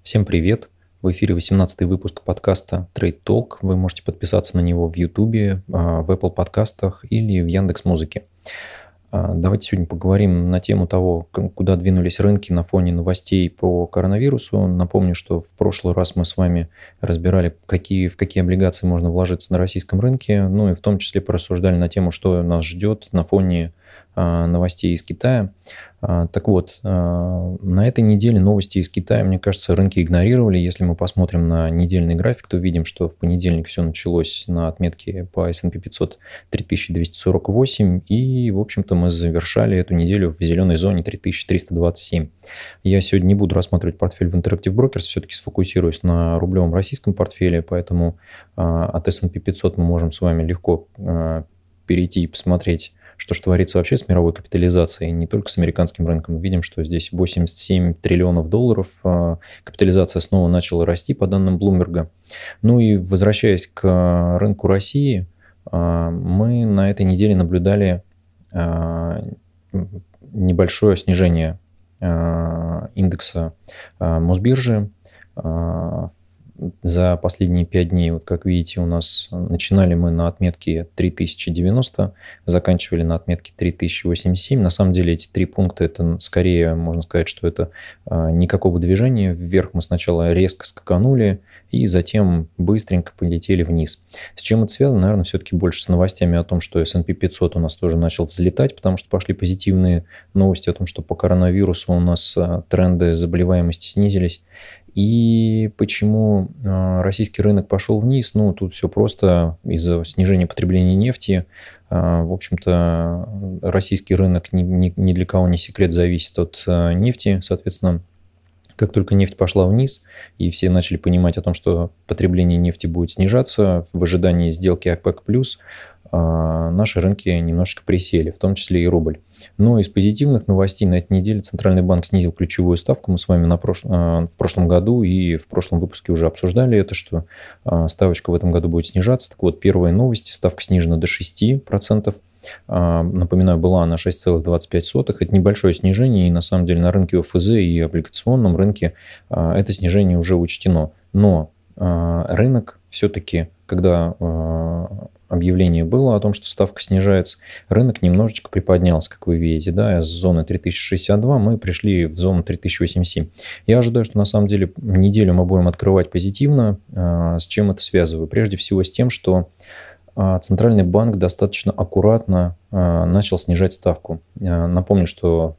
Всем привет! В эфире 18-й выпуск подкаста Trade Talk. Вы можете подписаться на него в YouTube, в Apple подкастах или в Яндекс.Музыке. Давайте сегодня поговорим на тему того, куда двинулись рынки на фоне новостей по коронавирусу. Напомню, что в прошлый раз мы с вами разбирали, в какие облигации можно вложиться на российском рынке, ну и в том числе порассуждали на тему, что нас ждет на фоне новостей из Китая. Так вот, на этой неделе новости из Китая, мне кажется, рынки игнорировали. Если мы посмотрим на недельный график, то видим, что в понедельник все началось на отметке по S&P 500 3248, и, в общем-то, мы завершали эту неделю в зеленой зоне 3327. Я сегодня не буду рассматривать портфель в Interactive Brokers, все-таки сфокусируюсь на рублевом российском портфеле, поэтому от S&P 500 мы можем с вами легко перейти и посмотреть, что же творится вообще с мировой капитализацией, не только с американским рынком. Мы видим, что здесь 87 триллионов долларов. Капитализация снова начала расти, по данным Bloomberg. Ну и возвращаясь к рынку России, мы на этой неделе наблюдали небольшое снижение индекса Мосбиржи. За последние 5 дней, вот как видите, у нас начинали мы на отметке 3090, заканчивали на отметке 3087. На самом деле эти 3 пункта, это скорее, можно сказать, что это никакого движения. Вверх мы сначала резко скаканули и затем быстренько полетели вниз. С чем это связано? Наверное, все-таки больше с новостями о том, что S&P 500 у нас тоже начал взлетать, потому что пошли позитивные новости о том, что по коронавирусу у нас тренды заболеваемости снизились. И почему российский рынок пошел вниз? Ну, тут все просто из-за снижения потребления нефти. В общем-то, российский рынок ни для кого не секрет, зависит от нефти. Соответственно, как только нефть пошла вниз, и все начали понимать о том, что потребление нефти будет снижаться в ожидании сделки ОПЕК+, наши рынки немножечко присели, в том числе и рубль. Но из позитивных новостей на этой неделе Центральный банк снизил ключевую ставку. Мы с вами в прошлом году и в прошлом выпуске уже обсуждали это, что ставочка в этом году будет снижаться. Так вот, первые новости: ставка снижена до 6%. Напоминаю, была она 6,25. Это небольшое снижение, и на самом деле на рынке ОФЗ и облигационном рынке это снижение уже учтено. Но рынок все-таки, когда объявление было о том, что ставка снижается, рынок немножечко приподнялся, как вы видите, да, с зоны 3062 мы пришли в зону 3087. Я ожидаю, что на самом деле неделю мы будем открывать позитивно. С чем это связываю? Прежде всего с тем, что Центральный банк достаточно аккуратно начал снижать ставку. Напомню, что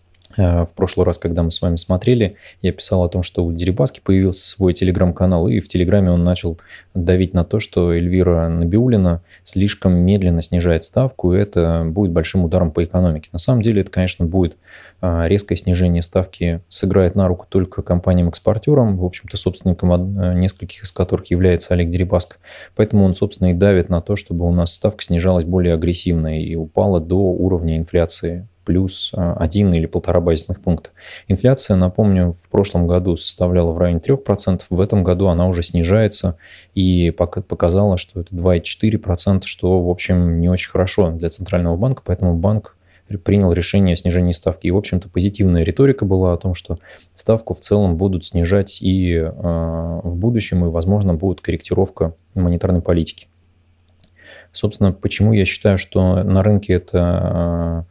в прошлый раз, когда мы с вами смотрели, я писал о том, что у Дерибаски появился свой телеграм-канал, и в Телеграме он начал давить на то, что Эльвира Набиуллина слишком медленно снижает ставку, и это будет большим ударом по экономике. На самом деле это, конечно, будет резкое снижение ставки, сыграет на руку только компаниям-экспортерам, в общем-то, собственником нескольких из которых является Олег Дерибаска. Поэтому он, собственно, и давит на то, чтобы у нас ставка снижалась более агрессивно и упала до уровня инфляции плюс 1 или 1,5 базисных пункта. Инфляция, напомню, в прошлом году составляла в районе 3%, в этом году она уже снижается и показала, что это 2,4%, что, в общем, не очень хорошо для Центрального банка, поэтому банк принял решение о снижении ставки. И, в общем-то, позитивная риторика была о том, что ставку в целом будут снижать и в будущем, и, возможно, будет корректировка монетарной политики. Собственно, почему я считаю, что на рынке это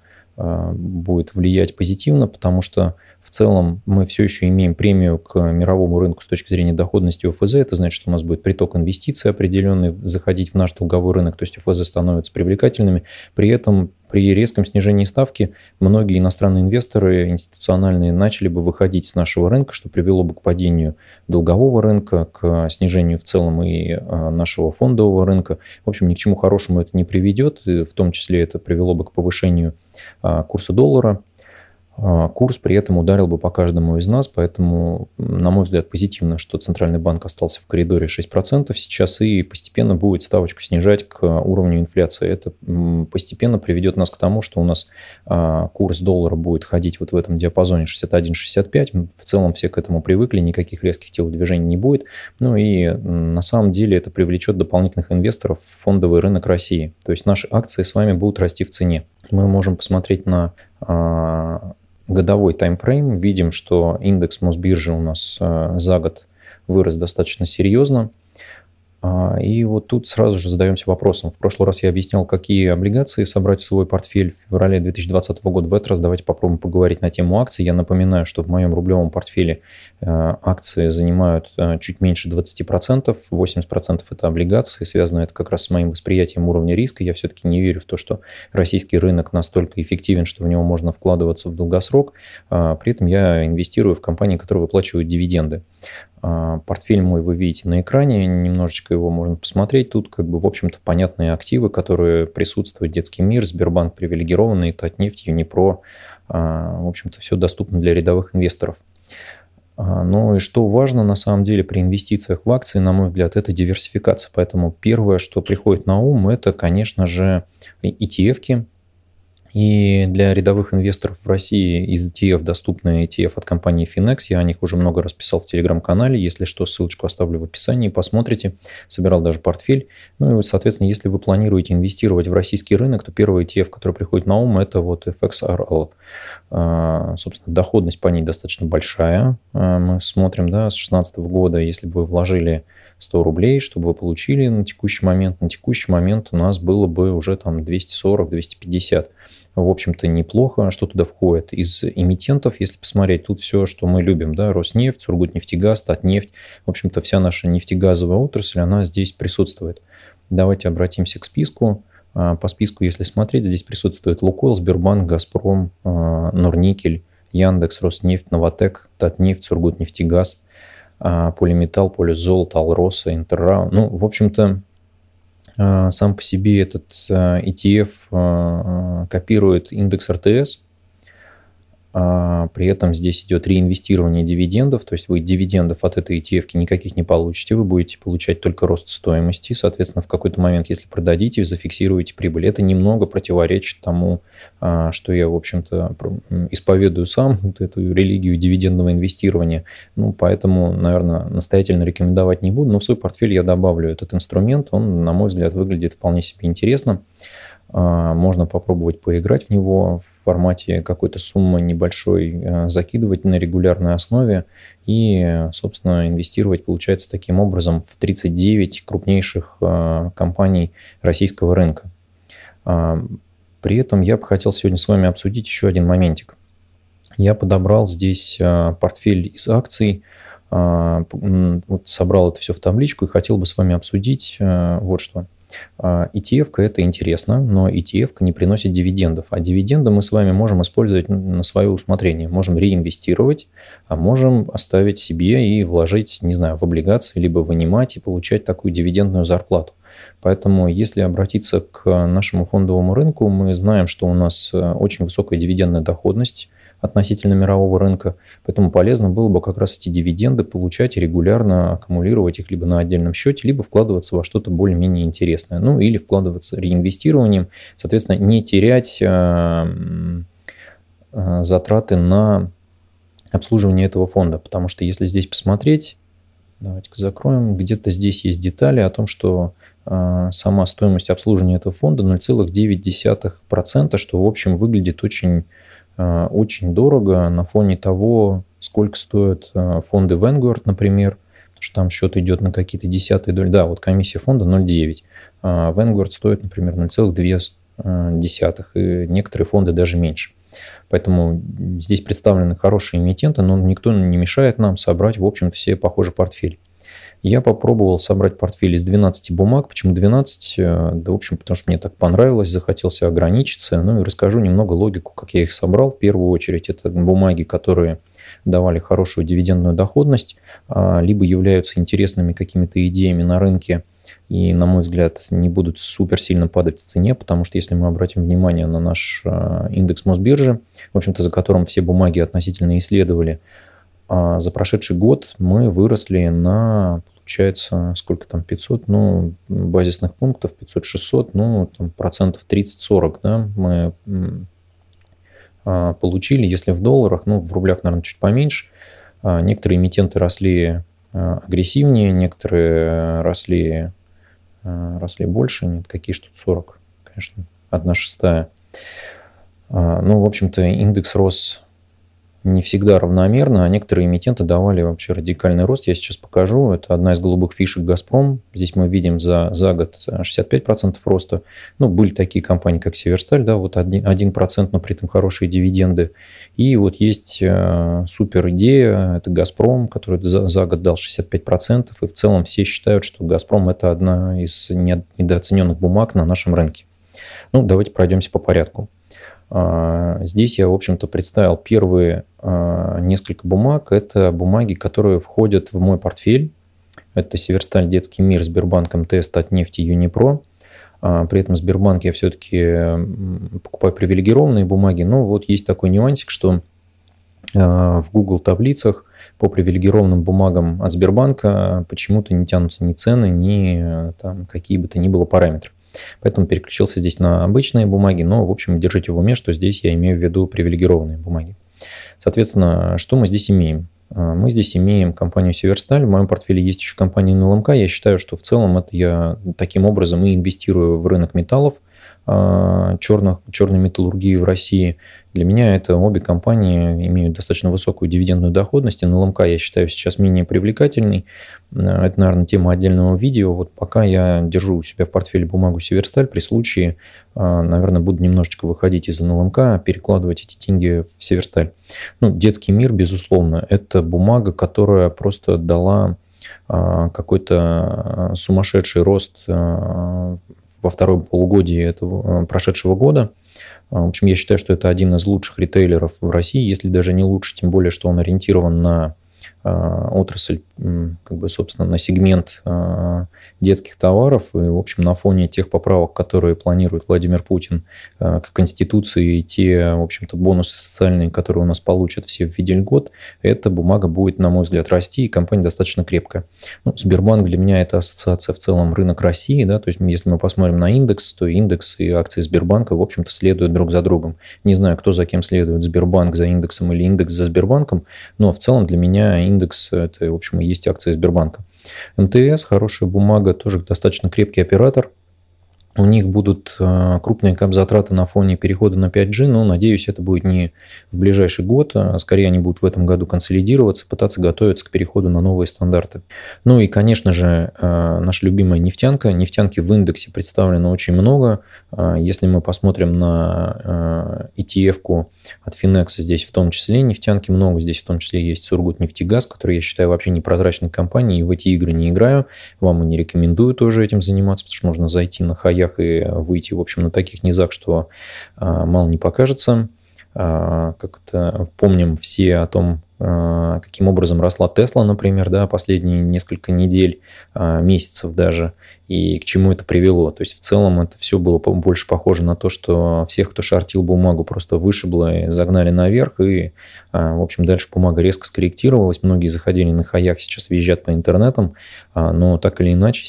будет влиять позитивно, потому что в целом мы все еще имеем премию к мировому рынку с точки зрения доходности ОФЗ. Это значит, что у нас будет приток инвестиций определенный заходить в наш долговой рынок, то есть ОФЗ становятся привлекательными. При этом при резком снижении ставки многие иностранные инвесторы институциональные начали бы выходить с нашего рынка, что привело бы к падению долгового рынка, к снижению в целом и нашего фондового рынка. В общем, ни к чему хорошему это не приведет, и в том числе это привело бы к повышению курса доллара. Курс при этом ударил бы по каждому из нас, поэтому, на мой взгляд, позитивно, что Центральный банк остался в коридоре 6% сейчас и постепенно будет ставочку снижать к уровню инфляции. Это постепенно приведет нас к тому, что у нас курс доллара будет ходить вот в этом диапазоне 61-65. В целом все к этому привыкли, никаких резких телодвижений не будет. Ну и на самом деле это привлечет дополнительных инвесторов в фондовый рынок России. То есть наши акции с вами будут расти в цене. Мы можем посмотреть на годовой таймфрейм, видим, что индекс Мосбиржи у нас за год вырос достаточно серьезно. И вот тут сразу же задаемся вопросом. В прошлый раз я объяснял, какие облигации собрать в свой портфель в феврале 2020 года. В этот раз давайте попробуем поговорить на тему акций. Я напоминаю, что в моем рублевом портфеле акции занимают чуть меньше 20%, 80% это облигации. Связано это как раз с моим восприятием уровня риска. Я все-таки не верю в то, что российский рынок настолько эффективен, что в него можно вкладываться в долгосрок. При этом я инвестирую в компании, которые выплачивают дивиденды. Портфель мой вы видите на экране, немножечко его можно посмотреть. Тут в общем-то, понятные активы, которые присутствуют. Детский мир, Сбербанк привилегированный, Татнефть, Юнипро. В общем-то, все доступно для рядовых инвесторов. Ну и что важно на самом деле при инвестициях в акции, на мой взгляд, это диверсификация. Поэтому первое, что приходит на ум, это, конечно же, ETF-ки. И для рядовых инвесторов в России из ETF доступны ETF от компании Finex. Я о них уже много раз писал в Телеграм-канале. Если что, ссылочку оставлю в описании, посмотрите. Собирал даже портфель. Ну и, соответственно, если вы планируете инвестировать в российский рынок, то первый ETF, который приходит на ум, это вот FXRL. Собственно, доходность по ней достаточно большая. Мы смотрим, да, с 2016 года, если бы вы вложили 100 рублей, чтобы вы получили на текущий момент. На текущий момент у нас было бы уже там 240-250. В общем-то, неплохо. Что туда входит? Из эмитентов, если посмотреть, тут все, что мы любим, да, Роснефть, Сургутнефтегаз, Татнефть. В общем-то, вся наша нефтегазовая отрасль, она здесь присутствует. Давайте обратимся к списку. По списку, если смотреть, здесь присутствует Лукойл, Сбербанк, Газпром, Норникель, Яндекс, Роснефть, Новатэк, Татнефть, Сургутнефтегаз, Полиметалл, Полизолото, Алроса, Интерра. Ну, в общем-то, сам по себе этот ETF копирует индекс РТС. При этом здесь идет реинвестирование дивидендов, то есть вы дивидендов от этой ETF никаких не получите, вы будете получать только рост стоимости. Соответственно, в какой-то момент, если продадите, зафиксируете прибыль. Это немного противоречит тому, что я, в общем-то, исповедую сам, вот эту религию дивидендного инвестирования. Ну, поэтому, наверное, настоятельно рекомендовать не буду, но в свой портфель я добавлю этот инструмент. Он, на мой взгляд, выглядит вполне себе интересно. Можно попробовать поиграть в него в формате какой-то суммы небольшой, закидывать на регулярной основе и, собственно, инвестировать, получается, таким образом в 39 крупнейших компаний российского рынка. При этом я бы хотел сегодня с вами обсудить еще один моментик. Я подобрал здесь портфель из акций, вот собрал это все в табличку и хотел бы с вами обсудить вот что. ETF-ка это интересно, но ETF-ка не приносит дивидендов. А дивиденды мы с вами можем использовать на свое усмотрение. Можем реинвестировать, а можем оставить себе и вложить, не знаю, в облигации, либо вынимать и получать такую дивидендную зарплату. Поэтому, если обратиться к нашему фондовому рынку, мы знаем, что у нас очень высокая дивидендная доходность относительно мирового рынка. Поэтому полезно было бы как раз эти дивиденды получать и регулярно аккумулировать их либо на отдельном счете, либо вкладываться во что-то более-менее интересное. Ну, или вкладываться реинвестированием, соответственно, не терять затраты на обслуживание этого фонда. Потому что если здесь посмотреть, давайте-ка закроем, где-то здесь есть детали о том, что сама стоимость обслуживания этого фонда 0,9%, что, в общем, выглядит очень дорого на фоне того, сколько стоят фонды Vanguard, например, потому что там счет идет на какие-то десятые доли. Да, вот комиссия фонда 0,9. Vanguard стоит, например, 0,2, и некоторые фонды даже меньше. Поэтому здесь представлены хорошие эмитенты, но никто не мешает нам собрать, в общем-то, себе похожий портфель. Я попробовал собрать портфель из 12 бумаг. Почему 12? Да, в общем, потому что мне так понравилось, захотелся ограничиться. Ну и расскажу немного логику, как я их собрал. В первую очередь, это бумаги, которые давали хорошую дивидендную доходность, либо являются интересными какими-то идеями на рынке и, на мой взгляд, не будут супер сильно падать в цене, потому что если мы обратим внимание на наш индекс Мосбиржи, в общем-то, за которым все бумаги относительно исследовали, за прошедший год мы выросли на, получается, сколько там, 500, ну, базисных пунктов, 500-600, ну, там, процентов 30-40, да, мы получили, если в долларах, ну, в рублях, наверное, чуть поменьше. Некоторые эмитенты росли агрессивнее, некоторые росли больше, нет, какие что-то 40, конечно, 1/6. Ну, в общем-то, индекс рос не всегда равномерно, а некоторые эмитенты давали вообще радикальный рост. Я сейчас покажу. Это одна из голубых фишек «Газпром». Здесь мы видим за год 65% роста. Ну, были такие компании, как «Северсталь», да, вот 1%, но при этом хорошие дивиденды. И вот есть супер идея, это «Газпром», который за год дал 65%. И в целом все считают, что «Газпром» – это одна из недооцененных бумаг на нашем рынке. Ну, давайте пройдемся по порядку. Здесь я, в общем-то, представил первые несколько бумаг. Это бумаги, которые входят в мой портфель. Это «Северсталь», «Детский мир», Сбербанк, МТС, Татнефть и Юнипро. При этом Сбербанк я все-таки покупаю привилегированные бумаги. Но вот есть такой нюансик, что в Google таблицах по привилегированным бумагам от Сбербанка почему-то не тянутся ни цены, ни там, какие бы то ни было параметры. Поэтому переключился здесь на обычные бумаги, но, в общем, держите в уме, что здесь я имею в виду привилегированные бумаги. Соответственно, что мы здесь имеем? Мы здесь имеем компанию «Северсталь». В моем портфеле есть еще компания НЛМК. Я считаю, что в целом это я таким образом и инвестирую в рынок металлов, черной металлургии в России. Для меня это обе компании имеют достаточно высокую дивидендную доходность. НЛМК я считаю сейчас менее привлекательной. Это, наверное, тема отдельного видео. Вот пока я держу у себя в портфеле бумагу «Северсталь», при случае, наверное, буду немножечко выходить из НЛМК, перекладывать эти деньги в «Северсталь». Ну, «Детский мир», безусловно, это бумага, которая просто дала какой-то сумасшедший рост во втором полугодии этого прошедшего года. В общем, я считаю, что это один из лучших ритейлеров в России, если даже не лучше, тем более, что он ориентирован на отрасль, как бы, собственно, на сегмент детских товаров. И, в общем, на фоне тех поправок, которые планирует Владимир Путин к Конституции, и те, в общем-то, бонусы социальные, которые у нас получат все в виде льгот, эта бумага будет, на мой взгляд, расти, и компания достаточно крепкая. Ну, Сбербанк для меня это ассоциация в целом рынок России, да, то есть если мы посмотрим на индекс, то индекс и акции Сбербанка, в общем-то, следуют друг за другом. Не знаю, кто за кем следует, Сбербанк за индексом или индекс за Сбербанком, но в целом для меня индекс – это, в общем, и есть акции Сбербанка. МТС – хорошая бумага, тоже достаточно крепкий оператор. У них будут крупные капзатраты на фоне перехода на 5G, но, надеюсь, это будет не в ближайший год, а скорее они будут в этом году консолидироваться, пытаться готовиться к переходу на новые стандарты. Ну и, конечно же, наша любимая нефтянка. Нефтянки в индексе представлено очень много. Если мы посмотрим на ETF-ку от Finex, здесь в том числе нефтянки много, здесь в том числе есть Сургутнефтегаз, который я считаю вообще непрозрачной компанией, и в эти игры не играю. Вам и не рекомендую тоже этим заниматься, потому что можно зайти на хаях и выйти, в общем, на таких низах, что мало не покажется. Как-то помним все о том, каким образом росла Тесла, например, да, последние несколько недель, месяцев даже, и к чему это привело. То есть в целом это все было больше похоже на то, что всех, кто шортил бумагу, просто вышибло и загнали наверх, и, в общем, дальше бумага резко скорректировалась. Многие заходили на хаях, сейчас визжат по интернетам, но так или иначе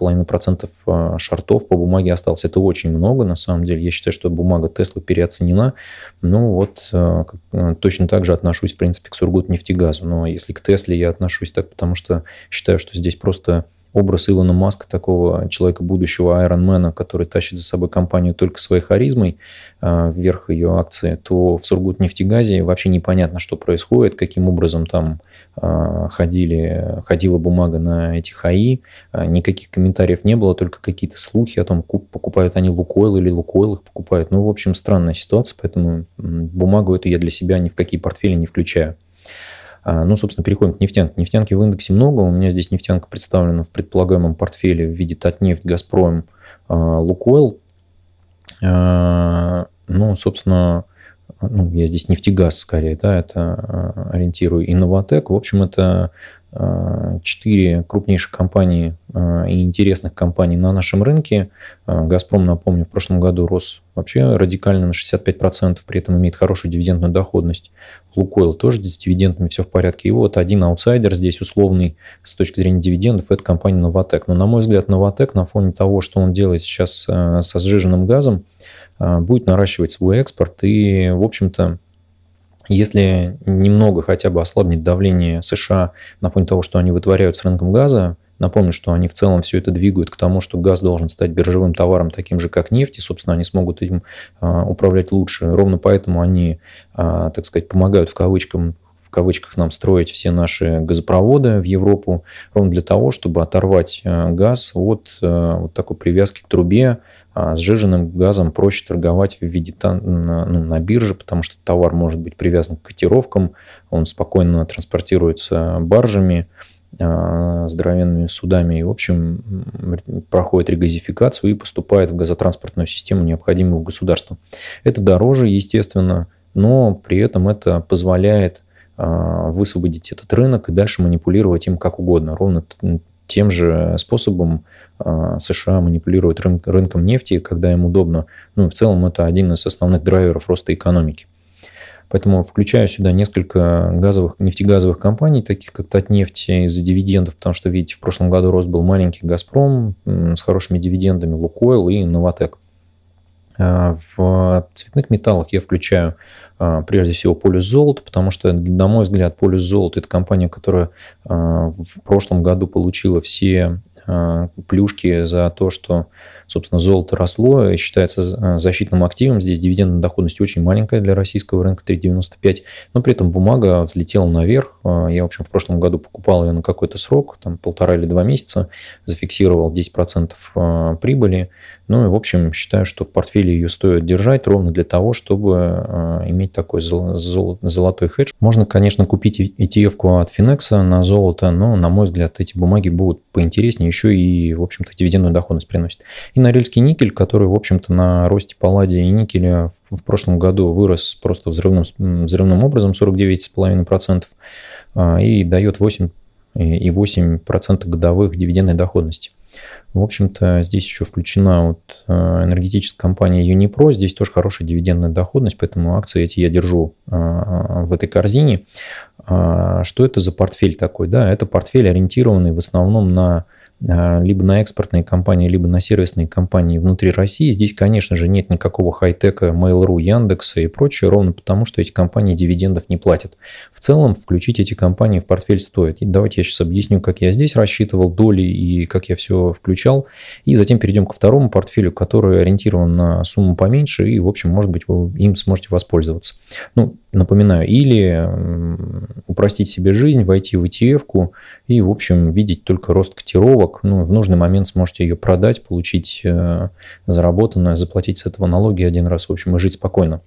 17,5% шортов по бумаге осталось. Это очень много, на самом деле. Я считаю, что бумага Теслы переоценена. Ну вот, точно так же отношусь, в принципе, к Сургутнефтегазу. Но если к Тесле я отношусь так, потому что считаю, что здесь просто образ Илона Маска, такого человека будущего, айронмена, который тащит за собой компанию только своей харизмой вверх ее акции, то в Сургутнефтегазе вообще непонятно, что происходит, каким образом там ходила бумага на эти хаи. Никаких комментариев не было, только какие-то слухи о том, покупают они Лукойл или Лукойл их покупают. Ну, в общем, странная ситуация, поэтому бумагу эту я для себя ни в какие портфели не включаю. Ну, собственно, переходим к нефтянке. Нефтянки в индексе много. У меня здесь нефтянка представлена в предполагаемом портфеле в виде Татнефть, Газпром, Лукойл. Ну, собственно, я здесь нефтегаз скорее, да, это ориентирую, и Новатэк. В общем, это 4 крупнейших компании и интересных компаний на нашем рынке. «Газпром», напомню, в прошлом году рос вообще радикально на 65%, при этом имеет хорошую дивидендную доходность. «Лукойл» тоже с дивидендами все в порядке. И вот один аутсайдер здесь условный с точки зрения дивидендов – это компания «Новатэк». Но, на мой взгляд, «Новатэк» на фоне того, что он делает сейчас со сжиженным газом, будет наращивать свой экспорт. И, в общем-то, если немного хотя бы ослабнет давление США на фоне того, что они вытворяют с рынком газа, Напомню, что они в целом все это двигают к тому, что газ должен стать биржевым товаром, таким же, как нефть, и, собственно, они смогут этим управлять лучше. Ровно поэтому они, так сказать, помогают в кавычках нам строить все наши газопроводы в Европу, ровно для того, чтобы оторвать газ от вот такой привязки к трубе. Сжиженным газом проще торговать в виде на бирже, потому что товар может быть привязан к котировкам, он спокойно транспортируется баржами, здоровенными судами и, в общем, проходит регазификацию и поступает в газотранспортную систему, необходимую государству. Это дороже, естественно, но при этом это позволяет высвободить этот рынок и дальше манипулировать им как угодно. Ровно тем же способом США манипулируют рынком нефти, когда им удобно. Ну, и в целом это один из основных драйверов роста экономики. Поэтому включаю сюда несколько нефтегазовых компаний, таких как Татнефть, из-за дивидендов, потому что, видите, в прошлом году рост был маленький, Газпром с хорошими дивидендами, Лукойл и Новатэк. В цветных металлах я включаю прежде всего Полюс Золото, потому что, на мой взгляд, Полюс Золото – это компания, которая в прошлом году получила все плюшки за то, что, собственно, золото росло и считается защитным активом. Здесь дивидендная доходность очень маленькая для российского рынка, 3,95, но при этом бумага взлетела наверх. Я, в общем, в прошлом году покупал ее на какой-то срок, там 1,5 или 2 месяца, зафиксировал 10% прибыли. Ну и, в общем, считаю, что в портфеле ее стоит держать ровно для того, чтобы иметь такой золотой хедж. Можно, конечно, купить ETF-ку от Finex на золото, но, на мой взгляд, эти бумаги будут поинтереснее, еще и, в общем-то, дивидендную доходность приносят. И Норильский никель, который, в общем-то, на росте палладия и никеля в прошлом году вырос просто взрывным образом, 49,5%, и дает 8,8% годовых дивидендной доходности. В общем-то, здесь еще включена вот энергетическая компания Unipro. Здесь тоже хорошая дивидендная доходность, поэтому акции эти я держу в этой корзине. Что это за портфель такой? Да, это портфель, ориентированный в основном на либо на экспортные компании, либо на сервисные компании внутри России. Здесь, конечно же, нет никакого хай-тека Mail.ru, Яндекса и прочее, ровно потому, что эти компании дивидендов не платят. В целом, включить эти компании в портфель стоит. И давайте я сейчас объясню, как я здесь рассчитывал доли и как я все включал. И затем перейдем ко второму портфелю, который ориентирован на сумму поменьше, и, в общем, может быть, вы им сможете воспользоваться. Ну, напоминаю, или упростить себе жизнь, войти в ETF-ку и, в общем, видеть только рост котировок. Ну, в нужный момент сможете ее продать, получить заработанное, заплатить с этого налоги один раз, в общем, и жить спокойно.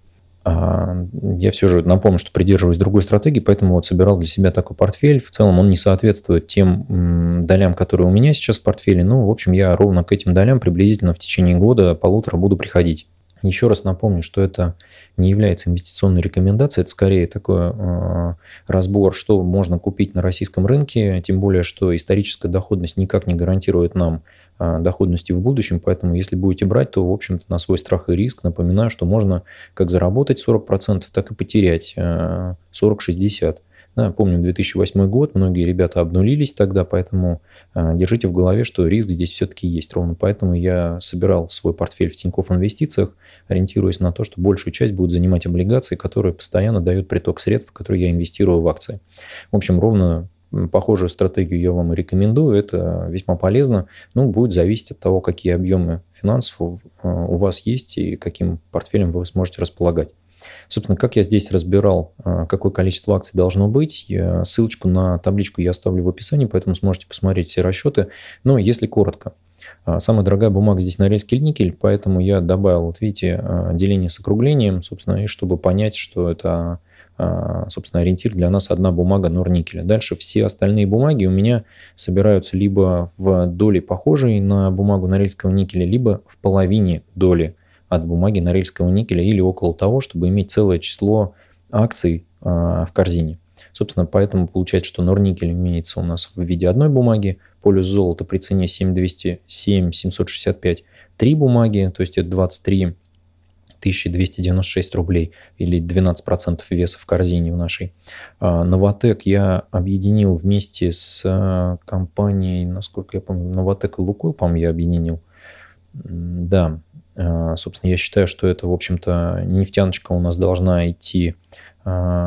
Я все же напомню, что придерживаюсь другой стратегии, поэтому вот собирал для себя такой портфель. В целом он не соответствует тем долям, которые у меня сейчас в портфеле. Ну, в общем, я ровно к этим долям приблизительно в течение года-полутора буду приходить. Еще раз напомню, что это не является инвестиционной рекомендацией, это скорее такой разбор, что можно купить на российском рынке, тем более, что историческая доходность никак не гарантирует нам доходности в будущем, поэтому если будете брать, то, в общем-то, на свой страх и риск. Напоминаю, что можно как заработать 40%, так и потерять 40-60%. Да, помню 2008 год, многие ребята обнулились тогда, поэтому держите в голове, что риск здесь все-таки есть. Ровно поэтому я собирал свой портфель в Тинькофф Инвестициях, ориентируясь на то, что большую часть будут занимать облигации, которые постоянно дают приток средств, которые я инвестирую в акции. В общем, ровно похожую стратегию я вам и рекомендую, это весьма полезно, но будет зависеть от того, какие объемы финансов у вас есть и каким портфелем вы сможете располагать. Собственно, как я здесь разбирал, какое количество акций должно быть, ссылочку на табличку я оставлю в описании, поэтому сможете посмотреть все расчеты. Но если коротко, самая дорогая бумага здесь Норильский никель, поэтому я добавил, вот видите, деление с округлением, собственно, и чтобы понять, что это, собственно, ориентир для нас одна бумага Норникеля. Дальше все остальные бумаги у меня собираются либо в доли, похожей на бумагу Норильского никеля, либо в половине доли от бумаги Норильского никеля или около того, чтобы иметь целое число акций в корзине. Собственно, поэтому получается, что Норникель имеется у нас в виде одной бумаги, Полюс золота при цене 7,765 3 бумаги, то есть это 23 296 рублей или 12% веса в корзине в нашей. Новатэк я объединил вместе с компанией, насколько я помню, Новатэк и Лукойл, по-моему, я объединил. Да, собственно, я считаю, что это, в общем-то, нефтяночка у нас должна идти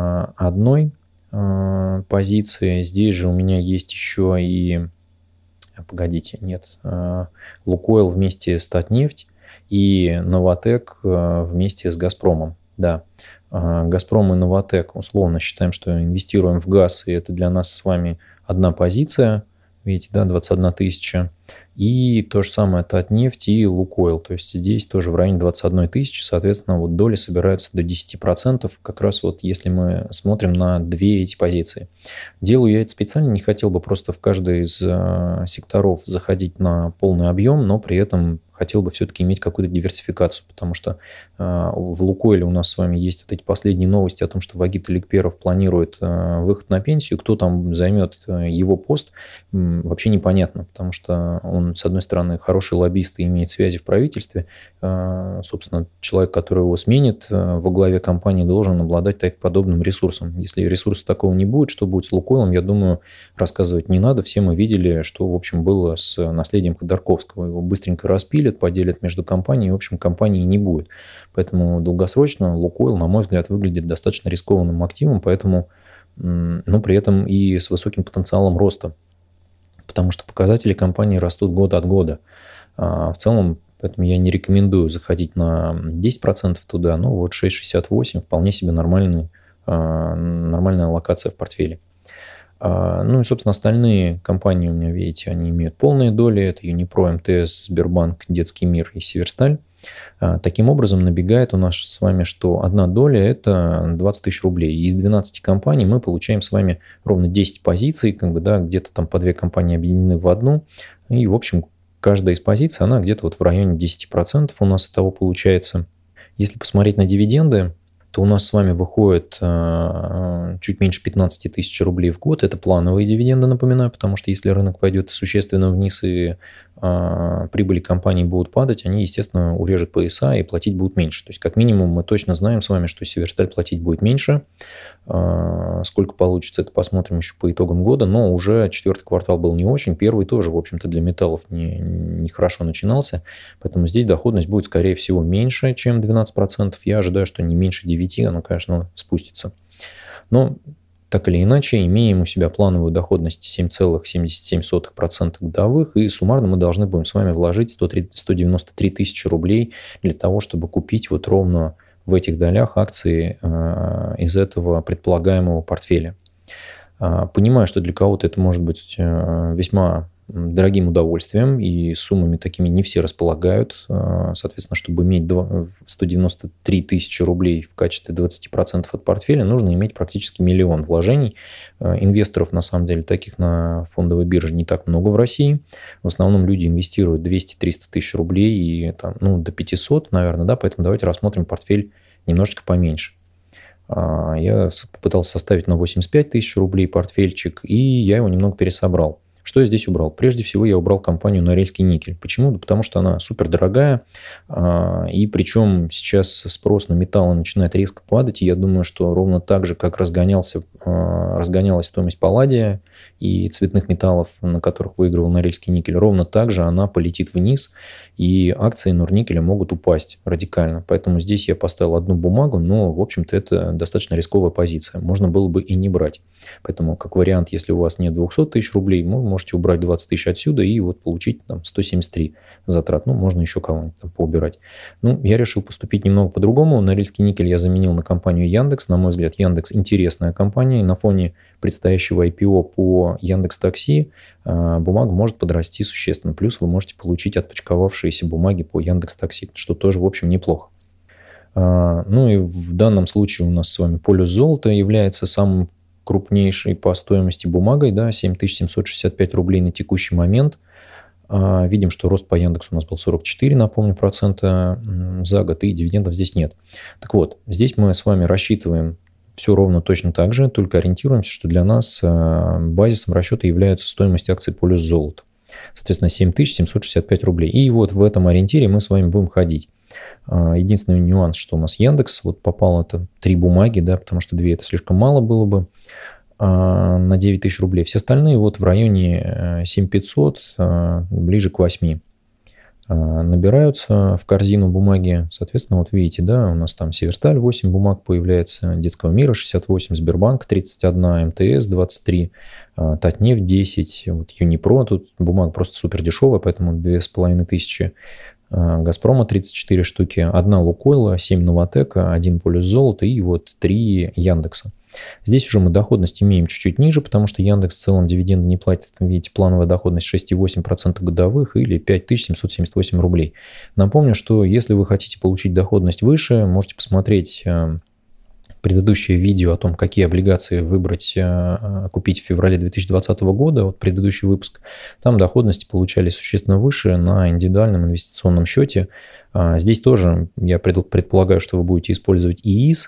одной позиции. Здесь же у меня есть еще и Погодите, нет. Лукойл вместе с Татнефть и Новатэк вместе с Газпромом. Да. Газпром и Новатэк условно считаем, что инвестируем в газ, и это для нас с вами одна позиция. Видите, да, 21 тысяча. И то же самое Татнефть и Лукойл. То есть здесь тоже в районе 21 тысячи. Соответственно, вот доли собираются до 10%. Как раз вот если мы смотрим на две эти позиции. Делаю я это специально. Не хотел бы просто в каждый из секторов заходить на полный объем, но при этом хотел бы все-таки иметь какую-то диверсификацию, потому что в Лукойле у нас с вами есть вот эти последние новости о том, что Вагит Аликперов планирует выход на пенсию. Кто там займет его пост, вообще непонятно, потому что он, с одной стороны, хороший лоббист и имеет связи в правительстве. Собственно, человек, который его сменит во главе компании, должен обладать так подобным ресурсом. Если ресурса такого не будет, что будет с Лукойлом, я думаю, рассказывать не надо. Все мы видели, что, в общем, было с наследием Ходорковского. Его быстренько распилят, поделят между компанией, и, в общем, компании не будет. Поэтому долгосрочно Лукойл, на мой взгляд, выглядит достаточно рискованным активом, поэтому, но при этом и с высоким потенциалом роста. Потому что показатели компании растут год от года. В целом, поэтому я не рекомендую заходить на 10% туда, но вот 6,68 вполне себе нормальная локация в портфеле. Ну и, собственно, остальные компании у меня, видите, они имеют полные доли. Это Юнипро, МТС, Сбербанк, Детский мир и Северсталь. Таким образом, набегает у нас с вами, что одна доля – это 20 тысяч рублей. И из 12 компаний мы получаем с вами ровно 10 позиций, как бы, да, где-то там по 2 компании объединены в одну. И, в общем, каждая из позиций, она где-то вот в районе 10% у нас от того получается. Если посмотреть на дивиденды, то у нас с вами выходит чуть меньше 15 тысяч рублей в год. Это плановые дивиденды, напоминаю, потому что если рынок пойдет существенно вниз и прибыли компаний будут падать, они, естественно, урежут пояса и платить будут меньше. То есть, как минимум, мы точно знаем с вами, что Северсталь платить будет меньше. Сколько получится, это посмотрим еще по итогам года. Но уже четвертый квартал был не очень. Первый тоже, в общем-то, для металлов не хорошо начинался. Поэтому здесь доходность будет, скорее всего, меньше, чем 12%. Я ожидаю, что не меньше 9%, она, конечно, спустится. Но так или иначе, имеем у себя плановую доходность 7,77% годовых, и суммарно мы должны будем с вами вложить 193 тысячи рублей для того, чтобы купить вот ровно в этих долях акции из этого предполагаемого портфеля. Понимаю, что для кого-то это может быть весьма дорогим удовольствием, и суммами такими не все располагают. Соответственно, чтобы иметь 193 тысячи рублей в качестве 20% от портфеля, нужно иметь практически 1 миллион вложений. Инвесторов, на самом деле, таких на фондовой бирже не так много в России. В основном люди инвестируют 200-300 тысяч рублей и там, до 500, наверное, да, поэтому давайте рассмотрим портфель немножечко поменьше. Я попытался составить на 85 тысяч рублей портфельчик, и я его немного пересобрал. Что я здесь убрал? Прежде всего, я убрал компанию Норильский никель. Почему? Да потому что она супер дорогая, и причем сейчас спрос на металлы начинает резко падать, и я думаю, что ровно так же, как разгонялась стоимость палладия и цветных металлов, на которых выигрывал Норильский никель, ровно так же она полетит вниз, и акции Норникеля могут упасть радикально. Поэтому здесь я поставил одну бумагу, но, в общем-то, это достаточно рисковая позиция. Можно было бы и не брать. Поэтому, как вариант, если у вас нет 200 тысяч рублей, вы можете убрать 20 тысяч отсюда и вот получить там 173 затрат. Можно еще кого-нибудь там поубирать. Я решил поступить немного по-другому. Норильский никель я заменил на компанию Яндекс. На мой взгляд, Яндекс интересная компания. И на фоне предстоящего IPO по Яндекс.Такси бумага может подрасти существенно. Плюс вы можете получить отпочковавшиеся бумаги по Яндекс.Такси, что тоже, в общем, неплохо. И в данном случае у нас с вами полюс золота является самым крупнейшей по стоимости бумагой, да, 7765 рублей на текущий момент. Видим, что рост по Яндексу у нас был 44, напомню, процента за год, и дивидендов здесь нет. Так вот, здесь мы с вами рассчитываем все ровно точно так же, только ориентируемся, что для нас базисом расчета является стоимость акций полюс золота. Соответственно, 7765 рублей. И вот в этом ориентире мы с вами будем ходить. Единственный нюанс, что у нас Яндекс, вот попало это 3 бумаги, да, потому что 2 это слишком мало было бы, на 9 тысяч рублей. Все остальные вот в районе 7500, ближе к 8. набираются в корзину бумаги. Соответственно, вот видите, да, у нас там Северсталь 8 бумаг появляется, Детского мира 68, Сбербанк 31, МТС 23, Татнефть 10, вот Юнипро, тут бумага просто супер дешевая, поэтому 2500. Газпрома 34 штуки, 1 Лукойла, 7 Новатэка, 1 Полюс Золота и вот 3 Яндекса. Здесь уже мы доходность имеем чуть-чуть ниже, потому что Яндекс в целом дивиденды не платит. Видите, плановая доходность 6,8% годовых или 5778 рублей. Напомню, что если вы хотите получить доходность выше, можете посмотреть предыдущее видео о том, какие облигации выбрать, купить в феврале 2020 года, вот предыдущий выпуск, там доходности получались существенно выше на индивидуальном инвестиционном счете. Здесь тоже я предполагаю, что вы будете использовать ИИС,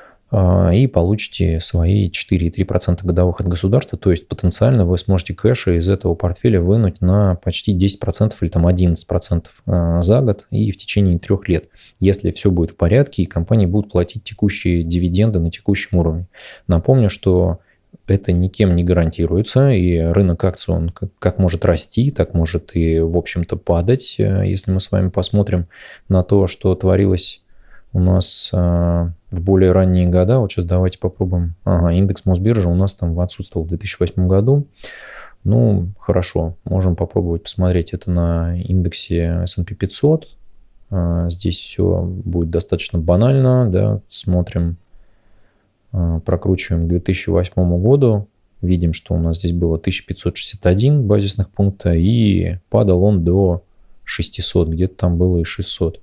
и получите свои 4,3% годовых от государства, то есть потенциально вы сможете кэша из этого портфеля вынуть на почти 10% или там 11% за год и в течение 3 лет, если все будет в порядке и компании будут платить текущие дивиденды на текущем уровне. Напомню, что это никем не гарантируется, и рынок акций, он как может расти, так может и, в общем-то, падать. Если мы с вами посмотрим на то, что творилось у нас в более ранние года, вот сейчас давайте попробуем. Индекс Мосбиржи у нас там отсутствовал в 2008 году. Ну, хорошо, можем попробовать посмотреть это на индексе S&P 500. Здесь все будет достаточно банально, да, смотрим, прокручиваем к 2008 году, видим, что у нас здесь было 1561 базисных пункта, и падал он до 600, где-то там было и 600.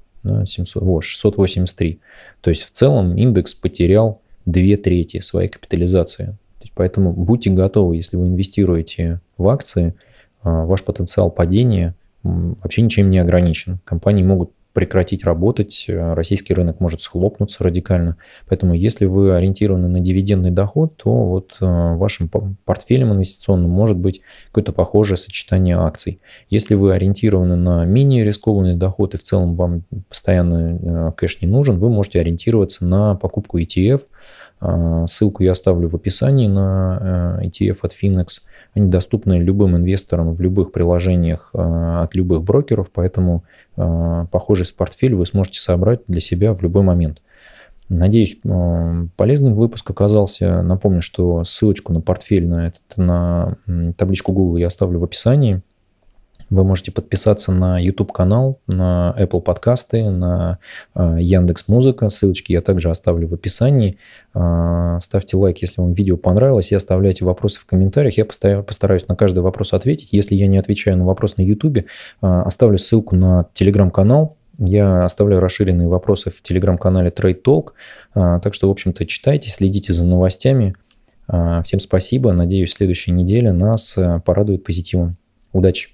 683. То есть в целом индекс потерял 2/3 своей капитализации. Поэтому будьте готовы, если вы инвестируете в акции, ваш потенциал падения вообще ничем не ограничен. Компании могут прекратить работать, российский рынок может схлопнуться радикально. Поэтому если вы ориентированы на дивидендный доход, то вот вашим портфелем инвестиционным может быть какое-то похожее сочетание акций. Если вы ориентированы на менее рискованный доход и в целом вам постоянно кэш не нужен, вы можете ориентироваться на покупку ETF. Ссылку я оставлю в описании на ETF от Finex. Они доступны любым инвесторам в любых приложениях от любых брокеров, поэтому похожий портфель вы сможете собрать для себя в любой момент. Надеюсь, полезный выпуск оказался. Напомню, что ссылочку на портфель, на табличку Google я оставлю в описании. Вы можете подписаться на YouTube-канал, на Apple подкасты, на Яндекс.Музыка. Ссылочки я также оставлю в описании. Ставьте лайк, если вам видео понравилось, и оставляйте вопросы в комментариях. Я постараюсь на каждый вопрос ответить. Если я не отвечаю на вопрос на YouTube, оставлю ссылку на Telegram-канал. Я оставляю расширенные вопросы в Telegram-канале Trade Talk. Так что, в общем-то, читайте, следите за новостями. Всем спасибо. Надеюсь, следующая неделя нас порадует позитивом. Удачи!